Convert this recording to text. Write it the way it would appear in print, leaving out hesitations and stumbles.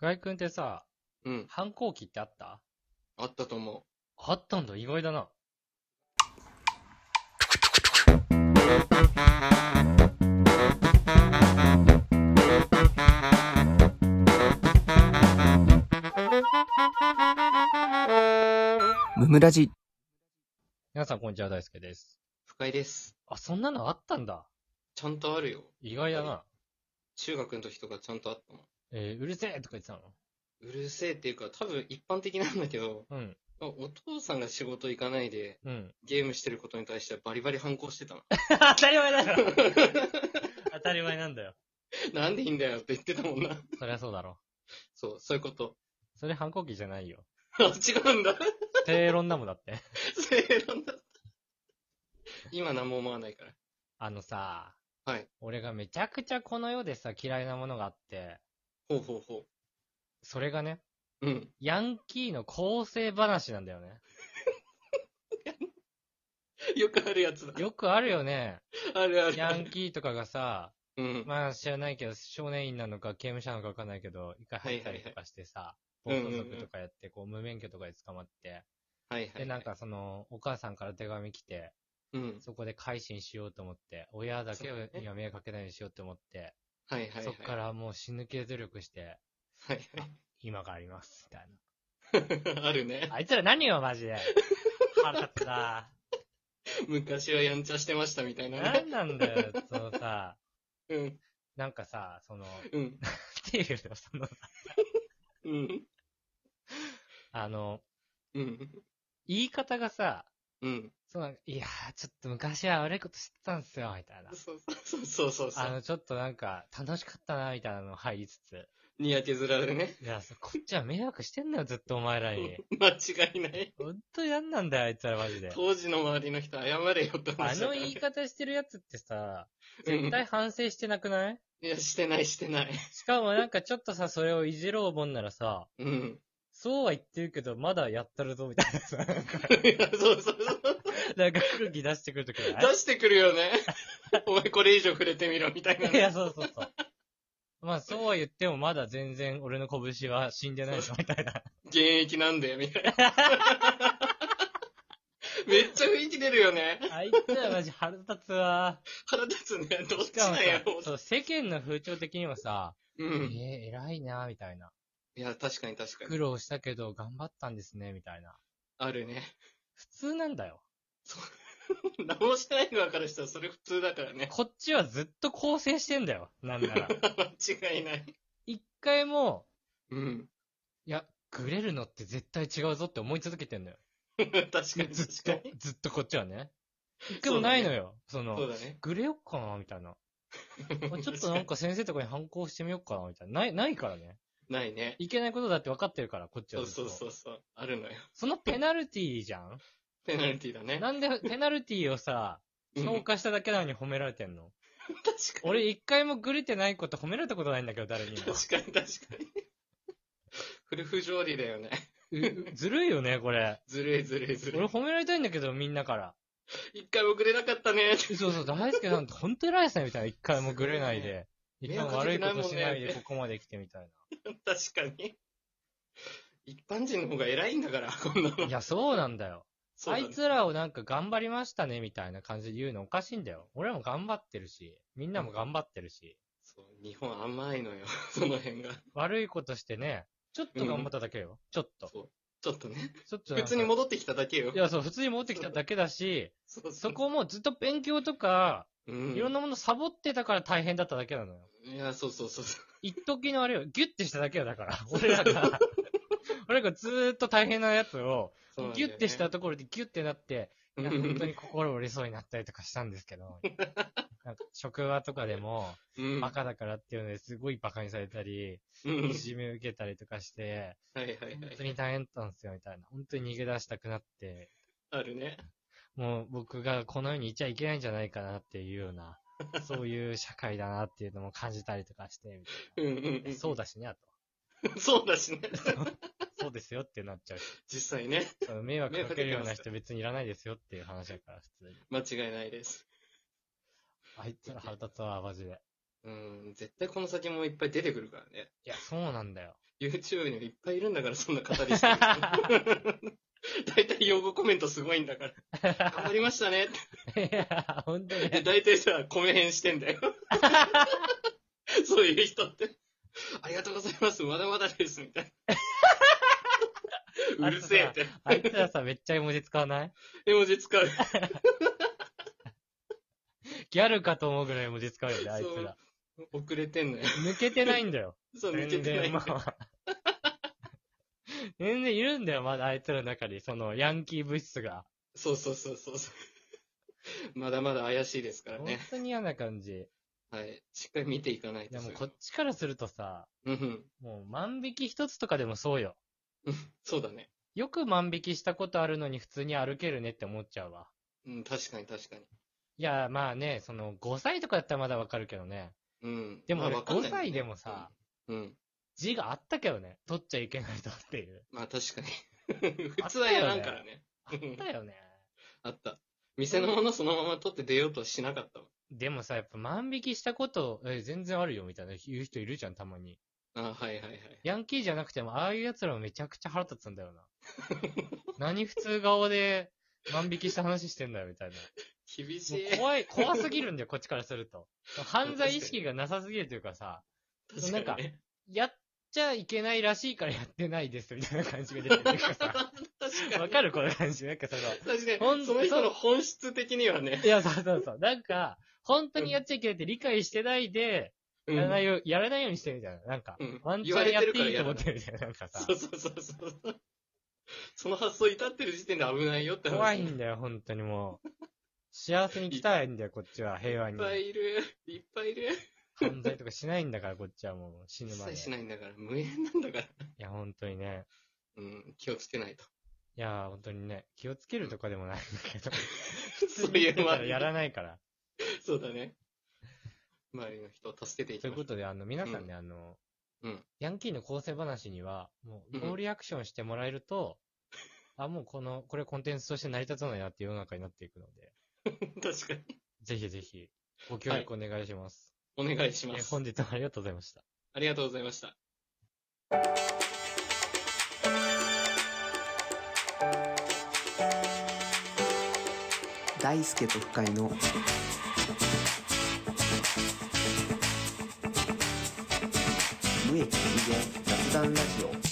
深井くんってさ、 うん。 反抗期ってあった？ あったと思あったんだ、意外だな。 ムムラジ。 皆さんこんにちは、大輔です。 う。深井です。 あ、そんなのあったんだ。 ちゃんとあるよ。 意外だな。 中学の時とかちゃんとあったもん。 うるせえとか言ってたの？ うるせえっていうか、多分一般的なんだけど、 うん。 お父さんが仕事行かないでうん。 ゲームしてることに対してはバリバリ反抗してたの。 当たり前だろ。当たり前なんだよ。 なんでいいんだよって言ってたもんな。 そりゃそうだろ。 そう、そういうこと。 それ反抗期じゃないよ。 あ、違うんだ。 正論だもんだって。 正論だった。今何も思わないから。 あのさ、 はい。 俺がめちゃくちゃこの世でさ、嫌いなものがあって、 ほうほうほそれがね、 う。うん。 ヤンキーの構成話なんだよね。 よくあるやつだ。 よくあるよね。 あるある。 ヤンキーとかがさ、 うん。 まあ知らないけど、少年院なのか刑務所なのかわかんないけど、一回入ったりとかしてさ、暴はいはいはい走族とかやって、こう無免許とかで捕まって、 はいはいはい。 で、なんかその、お母さんから手紙来て、 うん。 そこで改心しようと思って、親だけそうねには迷惑かけないようにしようと思って、 はいはいはい。 そっからもう死ぬ気で努力して、 はいはい。 今があります、みたいあるねな。。あいつら何よ、マジで。腹立つな。 昔はやんちゃしてましたみたいななね。 んなんだよ、そのさ、 うん。 なんかさ、その、 うん。 っていうの、その、 うん。 あの、 うん。 言い方がさ、 うん。 いやー、ちょっと昔は悪いこと知ってたんすよ、みたいな。 そうそうそうそう。 ちょっとなんか、楽しかったな、みたいなの入りつつ。 にやけ面でね。 いや、こっちは迷惑してんのよ、ずっとお前らに。 間違いない。 ほんとなんなんだよ、あいつらマジで。 当時の周りの人謝れよってあ話だからね。 の言い方してるやつってさ、絶対反省してなくない？ いや、してないしてない。 しかもなんかちょっとさ、それをいじろうもんならさ、 うん。 そうは言ってるけど、まだやったるぞ、みたいなさ、なんか、 いや、そうそうそう。 なんか空気出してくるときない？ 出してくるよね。お前これ以上触れてみろみたいな、ね。 いや、そうそうそう。まあ、そうは言っても、まだ全然俺の拳は死んでないぞ、みたいな。 現役なんだよ、みたいな。めっちゃ雰囲気出るよね。 あいつらマジ腹立つわ。 腹立つね。どっちしかもさなんやろう。 そう、世間の風潮的にもさ、 うん。 偉いな、みたいな。 いや、確かに確かに。 苦労したけど頑張ったんですね、みたいな。 あるね。 普通なんだよ。 何もしてない側からしたらそれ普通だからね。 こっちはずっと構成してんだよ、なんなら。 間違いない。 一回も、 うん。 いや、グレるのって絶対違うぞって思い続けてんのよ。 確かにずっ確かに。 ずっとこっちはね。一回もないのよ。 そうだね。 グレよっかな、みたいな。ちょっとなんか先生とかに反抗してみようかな、みたいな。ないからね。 ないね。 いけないことだって分かってるから、こっちそうはずっと。 そうそう。あるのよ。 そのペナルティーじゃん？ ペナルティだね。 なんでペナルティーをさ、 うん消化しただけなのに褒められてんの？ 確かに。 俺一回もグレてないこと褒められたことないんだけど、誰にも。 確かに確かに。フル不条理だよね。 ずるいよね、これ。 ずるいずるいずる俺い。 褒められたいんだけど、みんなから。 一回もくれなかったね。 そうそう、大輔さんってほんと偉いですね、みたいな。一回もグレないで。一回も悪いことしないでここまで来てみたい確かに。一般人の方が偉いんだから、こんなの。 な。いや、そうなんだよ。 そうだねあいつらをなんか頑張りましたね、みたいな感じで言うのおかしいんだよ。俺らも頑張ってるし、みんなも頑張ってるし。 そう、日本甘いのよ、その辺が。 悪いことしてね、ちょっと頑張っただけよ。ちょっと。 そう。ちょっとね。 ちょっとなんか普通に戻ってきただけよ。 いや、そう、普通に持ってきただけだし、 そうそこもずっと勉強とか、 うん。 いろんなものサボってたから大変だっただけなのよ。 いや、そうそうそう。 一時のあれよ、ギュッてしただけよ、だから。俺らがずーっと大変なやつを、 そうなんだよねギュッてしたところでギュッてなって、いや、 うん本当に心折れそうになったりとかしたんですけど、なんか職場とかでも、 うん。 バカだからっていうのですごいバカにされたり、 うんいじめ受けたりとかして、 はいはいはい。 本当に大変だったんですよ、みたいな。本当に逃げ出したくなって、 あるね。 もう僕がこの世にいちゃいけないんじゃないかなっていうような、そういう社会だなっていうのも感じたりとかして、みたいな。そうだ。 だしね、あと。 そうだしね。 そうですよってなっちゃうし。 実際ね。 その迷惑かけるような人別にいらないですよっていう話だから、普通に。 間違いないです。 あいつら腹立つわ、マジで。 絶対この先もいっぱい出てくるからね。 いや、そうなんだよ。 YouTube にはいっぱいいるんだから、そんな語りしてる人。大体用語コメントすごいんだから。頑張りましたねって。 いや、ほんとね。 大体さ、米編してんだよ。そういう人って。ありがとうございます。まだまだです。みたいな。うるせえって。 あいつらさ、めっちゃ絵文字使わない？ 絵文字使う。 ギャルかと思うぐらい絵文字使うよね、あいつら。 遅れてんのよ。 抜けてないんだよ。 そう、抜けてないんだよ。 全然いるんだよ、まだあいつらの中に、そのヤンキー物質が。 そう。まだまだ怪しいですからね。 本当に嫌な感じ。 はい。しっかり見ていかないと。 でもこっちからするとさ、 うん。 もう万引き一つとかでもそうよ。 そうだね。 よく万引きしたことあるのに普通に歩けるねって思っちゃうわ。 うん、確かに。 いや、まあね、その5歳とかだったらまだわかるけどね。 うん。 でも俺5歳でもさ、 うん。 字があったけどね。取っちゃいけないとっていう。 まあ確かに。普通はやらんからね。 あったよね。 あった。店のものそのまま取って出ようとしなかったわ。 でもさ、やっぱ万引きしたこと、全然あるよみたいな言う人いるじゃん、たまに。 あ、はい。 ヤンキーじゃなくても、ああいう奴らもめちゃくちゃ腹立つんだよな。何普通顔で万引きした話してんだよ、みたいな。 厳しい。 怖すぎるんだよ、こっちからすると。犯罪意識がなさすぎるというかさ、 確かにね、 なんか、やっちゃいけないらしいからやってないです、みたいな感じが出てるからさ。 確かに。 わかるこの感じ。なんかその、 確かに。その人の本質的にはね。 いや、そう。なんか、本当にやっちゃいけないって理解してないで、やらないようにしてるみたいな。なんか、ワンチャンやっていいと思ってるみたいな。なんかさ。 そう。その発想至ってる時点で危ないよって話。 怖いんだよ、本当にもう。幸せに来たいんだよ、こっちは、平和に。 いっぱいいる。 犯罪とかしないんだから、こっちはもう死ぬまで。 一切しないんだから、無縁なんだから。いや、本当にね。 気をつけないと。 いや、本当にね、気をつけるとかでもないんだけど。 そういうのはやらないから。 そうだね。周りの人を助けていきましょう。 ということで、皆さんね、ヤンキーの構成話には、もう、ノーリアクションしてもらえると、もうこれコンテンツとして成り立たないなっていう世の中になっていくので。 確かに。 ぜひぜひ、ご協力お願いします。 お願いします。 本日もありがとうございました。 ありがとうございました。 大輔と深井の無益無限雑談ラジオ。